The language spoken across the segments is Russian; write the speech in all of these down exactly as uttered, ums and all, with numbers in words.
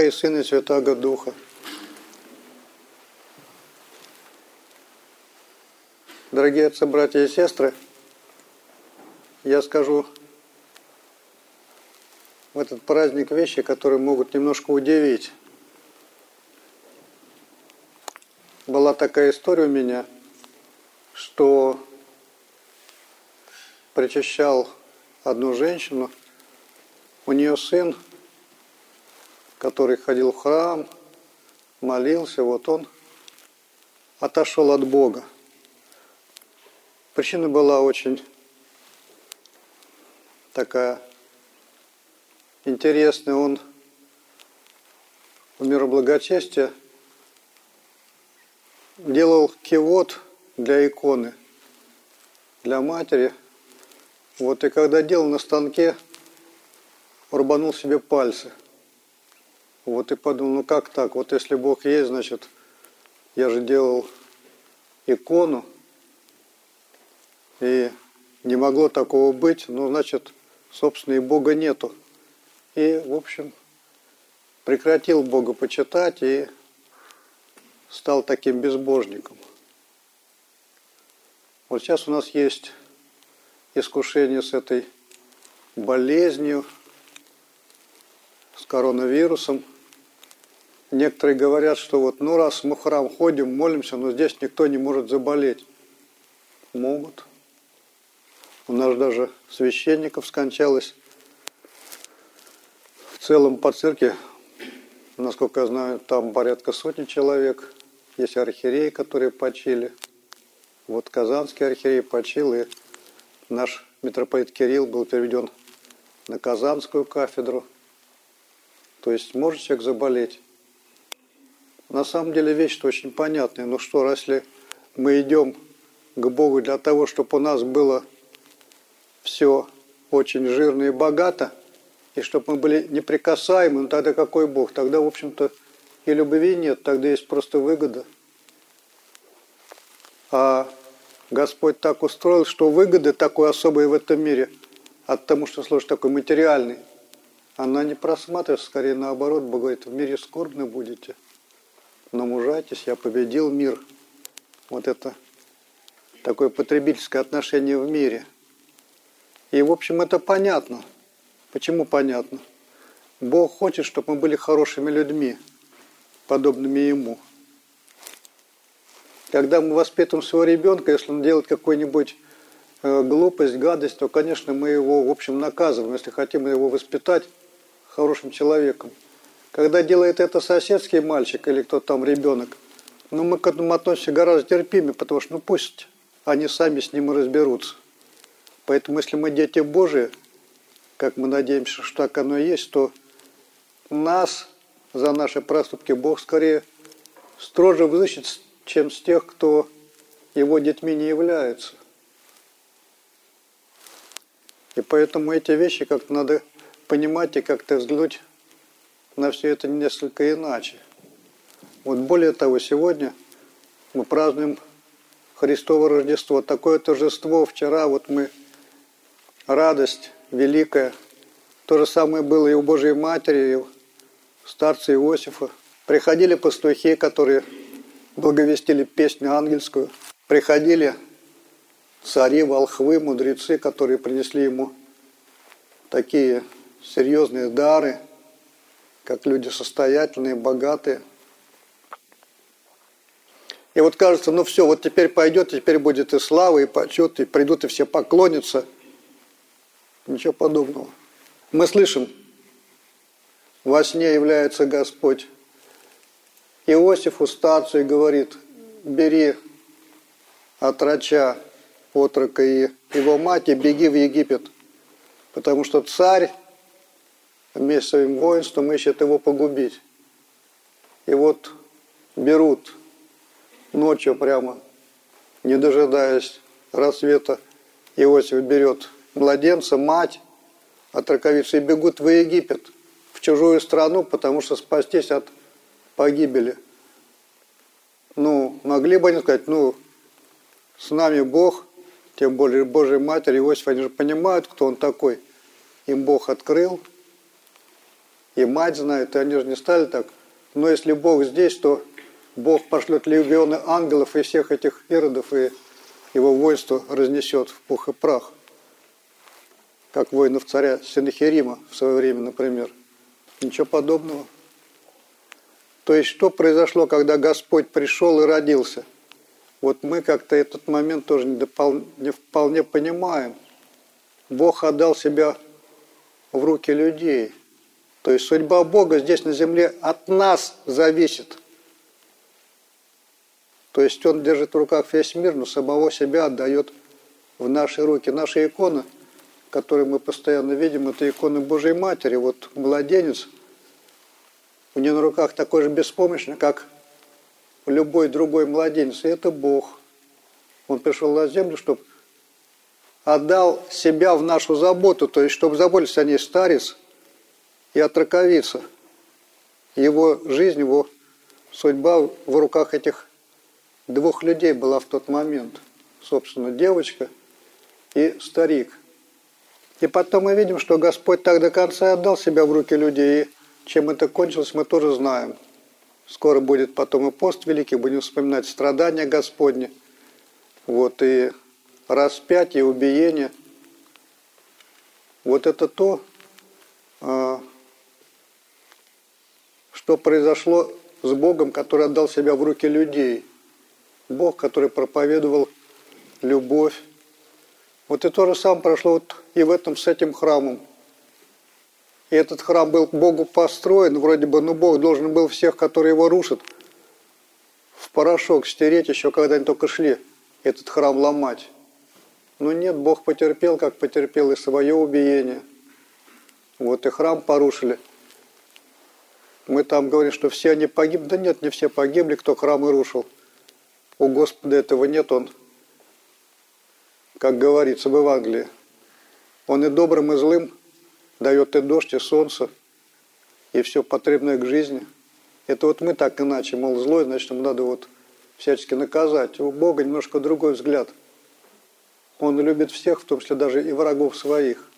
и Сына и Святаго Духа. Дорогие отцы, братья и сестры, я скажу в этот праздник вещи, которые могут немножко удивить. Была такая история у меня, что причащал одну женщину, у нее сын, который ходил в храм, молился, вот он отошел от Бога. Причина была очень такая интересная. Он в миру благочестия делал кивот для иконы, для матери. Вот, и когда делал на станке, рубанул себе пальцы. Вот, и подумал, ну как так? Вот если Бог есть, значит, я же делал икону, и не могло такого быть, ну, значит, собственно, и Бога нету. И, в общем, прекратил Бога почитать и стал таким безбожником. Вот сейчас у нас есть искушение с этой болезнью, с коронавирусом. Некоторые говорят, что вот, ну, раз мы в храм ходим, молимся, но здесь никто не может заболеть. Могут. У нас даже священников скончалось. В целом по церкви, насколько я знаю, там порядка сотни человек. Есть архиереи, которые почили. Вот Казанский архиерей почил, и наш митрополит Кирилл был переведен на Казанскую кафедру. То есть может человек заболеть. На самом деле вещь-то очень понятная. Ну что, если мы идем к Богу для того, чтобы у нас было все очень жирно и богато, и чтобы мы были неприкасаемы, ну тогда какой Бог? Тогда, в общем-то, и любви нет, тогда есть просто выгода. А Господь так устроил, что выгоды такой особой в этом мире, от того, что служит такой материальный, она не просматривается, скорее наоборот. Бог говорит, в мире скорбны будете, но мужайтесь, я победил мир. Вот это такое потребительское отношение в мире. И, в общем, это понятно. Почему понятно? Бог хочет, чтобы мы были хорошими людьми, подобными Ему. Когда мы воспитываем своего ребенка, если он делает какую-нибудь э, глупость, гадость, то, конечно, мы его, в общем, наказываем, если хотим его воспитать хорошим человеком. Когда делает это соседский мальчик или кто-то там ребенок, ну, мы к этому относимся гораздо терпимее, потому что, ну, пусть они сами с ним и разберутся. Поэтому, если мы дети Божии, как мы надеемся, что так оно и есть, то нас за наши проступки Бог скорее строже взыщет, чем с тех, кто Его детьми не является. И поэтому эти вещи как-то надо понимать и как-то взглянуть на все это несколько иначе. Вот более того, сегодня мы празднуем Христово Рождество. Такое торжество. Вчера вот мы, радость великая. То же самое было и у Божьей Матери, и у старца Иосифа. Приходили пастухи, которые благовестили песню ангельскую. Приходили цари, волхвы, мудрецы, которые принесли ему такие серьезные дары, как люди состоятельные, богатые. И вот кажется, ну все, вот теперь пойдет, теперь будет и слава, и почет, и придут, и все поклонятся. Ничего подобного. Мы слышим, во сне является Господь Иосифу, старцу, и говорит, бери отроча, отрока и его мать, и беги в Египет, потому что царь вместе с своим воинством ищет его погубить. И вот берут ночью прямо, не дожидаясь рассвета, Иосиф берет младенца, мать, отроковицу и бегут в Египет, в чужую страну, потому что спастись от погибели. Ну, могли бы они сказать, ну, с нами Бог, тем более Божья Матерь, Иосиф, они же понимают, кто он такой. Им Бог открыл, и мать знает, и они же не стали так. Но если Бог здесь, то Бог пошлет легионы ангелов и всех этих иродов, и его воинство разнесет в пух и прах. Как воинов царя Сенахерима в свое время, например. Ничего подобного. То есть, что произошло, когда Господь пришел и родился? Вот мы как-то этот момент тоже не, допол... не вполне понимаем. Бог отдал себя в руки людей. То есть, судьба Бога здесь на земле от нас зависит. То есть, Он держит в руках весь мир, но самого себя отдает в наши руки. Наша икона, которую мы постоянно видим, это икона Божьей Матери. Вот младенец, у нее на руках такой же беспомощный, как любой другой младенец. И это Бог. Он пришел на землю, чтобы отдал себя в нашу заботу, то есть, чтобы заботился о ней старец и отраковица. Его жизнь, его судьба в руках этих двух людей была в тот момент. Собственно, девочка и старик. И потом мы видим, что Господь так до конца отдал себя в руки людей. И чем это кончилось, мы тоже знаем. Скоро будет потом и пост великий, будем вспоминать страдания Господни. Вот, и распятие, и убиение. Вот это то, что произошло с Богом, который отдал себя в руки людей. Бог, который проповедовал любовь. Вот и то же самое прошло вот и в этом с этим храмом. И этот храм был Богу построен, вроде бы, ну Бог должен был всех, которые его рушат, в порошок стереть, еще когда они только шли этот храм ломать. Но нет, Бог потерпел, как потерпел и свое убиение. Вот и храм порушили. Мы там говорим, что все они погибли. Да нет, не все погибли, кто храм и рушил. У Господа этого нет, Он, как говорится в Евангелии, Он и добрым, и злым дает и дождь, и солнце, и все потребное к жизни. Это вот мы так иначе, мол, злой, значит, ему надо вот всячески наказать. У Бога немножко другой взгляд. Он любит всех, в том числе даже и врагов своих.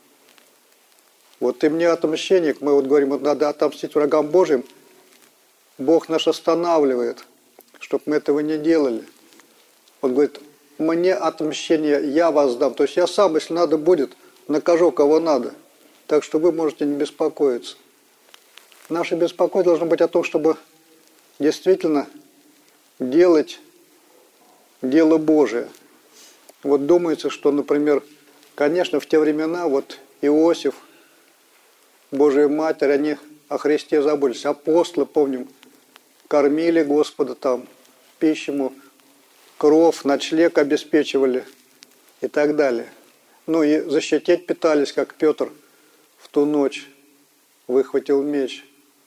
Вот и мне отмщение, мы вот говорим, вот надо отомстить врагам Божьим, Бог нас останавливает, чтобы мы этого не делали. Он говорит, мне отмщение, я вас дам. То есть я сам, если надо будет, накажу кого надо. Так что вы можете не беспокоиться. Наше беспокойство должно быть о том, чтобы действительно делать дело Божие. Вот думается, что, например, конечно, в те времена вот Иосиф, Божия Матерь, они о Христе заботились. Апостолы, помним, кормили Господа там, пищу ему, кров, ночлег обеспечивали и так далее. Ну и защитить питались, как Петр в ту ночь выхватил меч.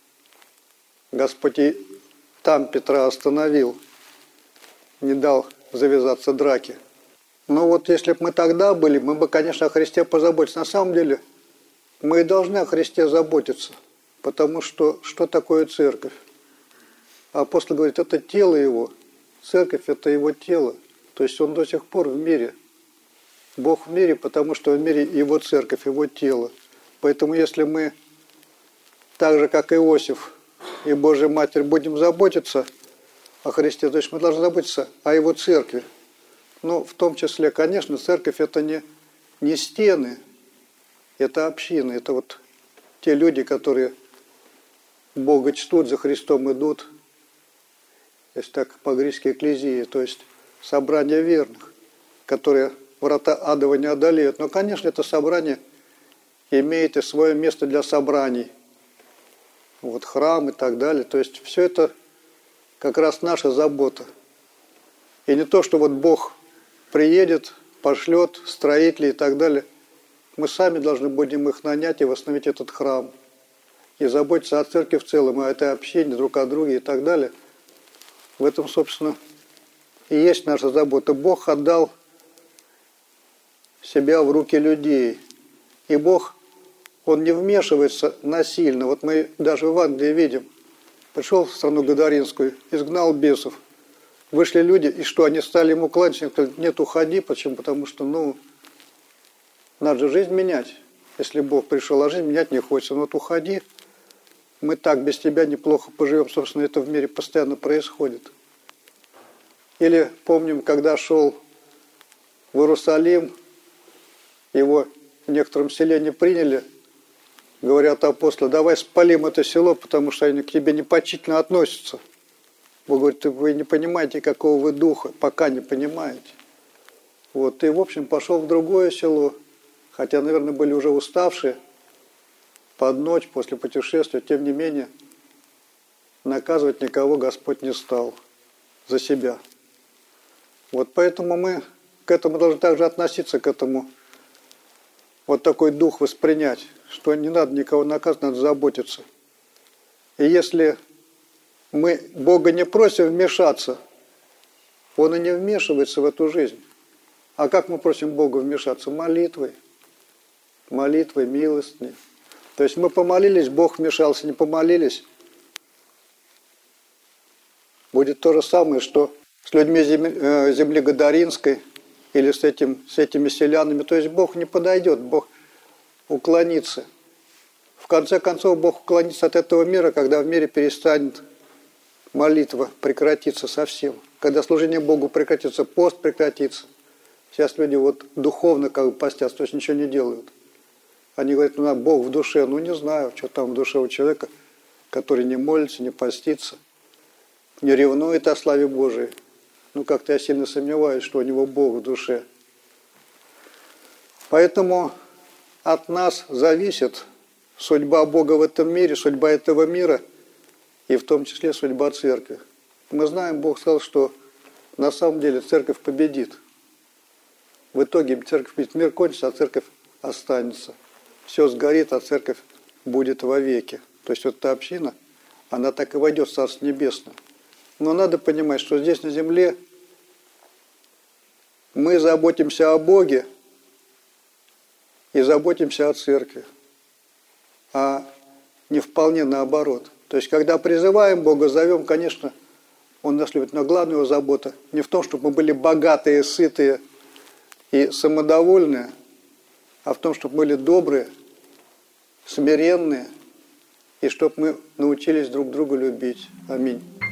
Господь и там Петра остановил, не дал завязаться драке. Но вот если бы мы тогда были, мы бы, конечно, о Христе позаботились. На самом деле мы и должны о Христе заботиться, потому что что такое церковь? Апостол говорит, это тело Его. Церковь – это Его тело. То есть Он до сих пор в мире. Бог в мире, потому что в мире Его церковь, Его тело. Поэтому если мы, так же как Иосиф и Божья Матерь, будем заботиться о Христе, то есть мы должны заботиться о Его церкви. Ну, в том числе, конечно, церковь – это не, не стены, это община, это вот те люди, которые Бога чтут, за Христом идут, если так по-гречески экклезия, то есть собрание верных, которые врата адова не одолеют. Но, конечно, это собрание имеет и свое место для собраний. Вот храм и так далее. То есть все это как раз наша забота. И не то, что вот Бог приедет, пошлет строителей и так далее. Мы сами должны будем их нанять и восстановить этот храм. И заботиться о церкви в целом, о этой общине друг о друге и так далее. В этом, собственно, и есть наша забота. Бог отдал себя в руки людей. И Бог, Он не вмешивается насильно. Вот мы даже в Евангелии видим. Пришел в страну Гадаринскую, изгнал бесов. Вышли люди, и что, они стали ему кланяться, они сказали, нет, уходи. Почему? Потому что, ну, надо же жизнь менять. Если Бог пришел, а жизнь менять не хочется. Ну вот уходи. мы так без тебя неплохо поживем. Собственно, это в мире постоянно происходит. Или помним, когда шел в Иерусалим, его в некотором селе не приняли, говорят апостолы: давай спалим это село, потому что они к тебе непочтительно относятся. Бог говорит: вы не понимаете, какого вы духа, пока не понимаете. Вот, и, в общем, пошел в другое село, хотя, наверное, были уже уставшие под ночь после путешествия, тем не менее, наказывать никого Господь не стал за себя. Вот поэтому мы к этому должны также относиться, к этому, вот такой дух воспринять, что не надо никого наказывать, надо заботиться. И если мы Бога не просим вмешаться, Он и не вмешивается в эту жизнь. А как мы просим Бога вмешаться? Молитвой. Молитвой, милостыней. То есть мы помолились, Бог вмешался, не помолились. Будет то же самое, что с людьми земли, земли Гадаринской или с, этим, с этими селянами. То есть Бог не подойдет, Бог уклонится. В конце концов, Бог уклонится от этого мира, когда в мире перестанет молитва, прекратится совсем. Когда служение Богу прекратится, пост прекратится. Сейчас люди вот духовно как бы постятся, то есть ничего не делают. Они говорят: ну, Бог в душе. Ну, не знаю, что там в душе у человека, который не молится, не постится, не ревнует о славе Божией. Ну, как-то я сильно сомневаюсь, что у него Бог в душе. Поэтому от нас зависит судьба Бога в этом мире, судьба этого мира, и в том числе судьба церкви. Мы знаем, Бог сказал, что на самом деле церковь победит. В итоге церковь победит, мир кончится, а церковь останется. Все сгорит, а церковь будет вовеки. То есть вот эта община, она так и войдет в Царство Небесное. Но надо понимать, что здесь на земле мы заботимся о Боге и заботимся о церкви, а не вполне наоборот. То есть, когда призываем Бога, зовем, конечно, Он нас любит, но главная его забота не в том, чтобы мы были богатые, сытые и самодовольные, а в том, чтобы мы были добрые, смиренные, и чтобы мы научились друг друга любить. Аминь.